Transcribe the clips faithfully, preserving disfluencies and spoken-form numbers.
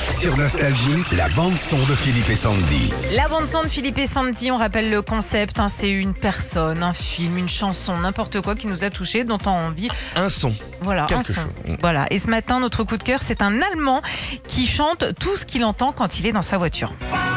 Sur Nostalgie, la bande-son de Philippe et Sandy. La bande-son de Philippe et Sandy, on rappelle le concept, hein, c'est une personne, un film, une chanson, n'importe quoi qui nous a touchés, dont on a envie. Un son. Voilà, Quelque un son. chose. Voilà. Et ce matin, notre coup de cœur, c'est un Allemand qui chante tout ce qu'il entend quand il est dans sa voiture.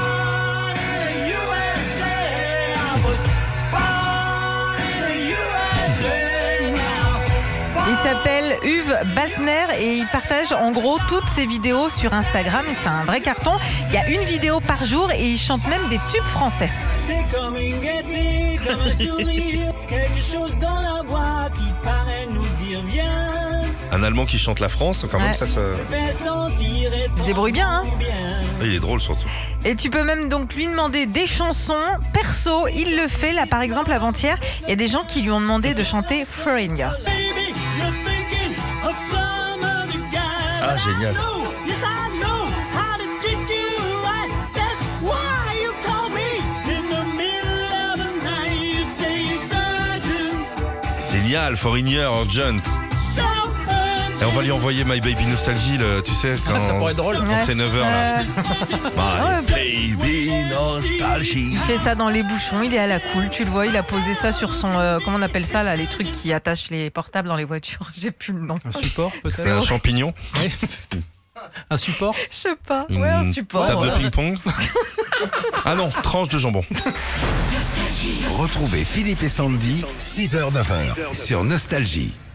Il s'appelle Uwe Baltner et il partage en gros toutes ses vidéos sur Instagram et c'est un vrai carton. Il y a une vidéo par jour et il chante même des tubes français. C'est comme une gaieté, comme un sourire, quelque chose dans la voix qui paraît nous dire viens. Un Allemand qui chante la France, quand même, Ouais. ça, ça... Fais sentir et Il se débrouille bien, hein. bien. Il est drôle surtout. Et tu peux même donc lui demander des chansons perso. Il le fait là, par exemple avant-hier, il y a des gens qui lui ont demandé de chanter Foreigner. Baby, you're thinking of some other guy. Ah, génial. I know, yes, I know how to treat you right. That's why you call me in the middle of the night. You say it's urgent, Génial, Foreigner, Urgent. so Et on va lui envoyer My Baby Nostalgie, le, tu sais, quand, Ah, ça pourrait être drôle. quand c'est neuf heures là. Euh, My Baby Nostalgie. il fait ça dans les bouchons, il est à la cool. Tu le vois, il a posé ça sur son, euh, comment on appelle ça là, les trucs qui attachent les portables dans les voitures. J'ai plus le nom. Un support C'est peut-être. un champignon. Oui. Un support. Je sais pas. Ouais, un Une support. Table voilà. de ping-pong. Ah non, tranche de jambon. Retrouvez Philippe et Sandy, six heures neuf heures, sur Nostalgie.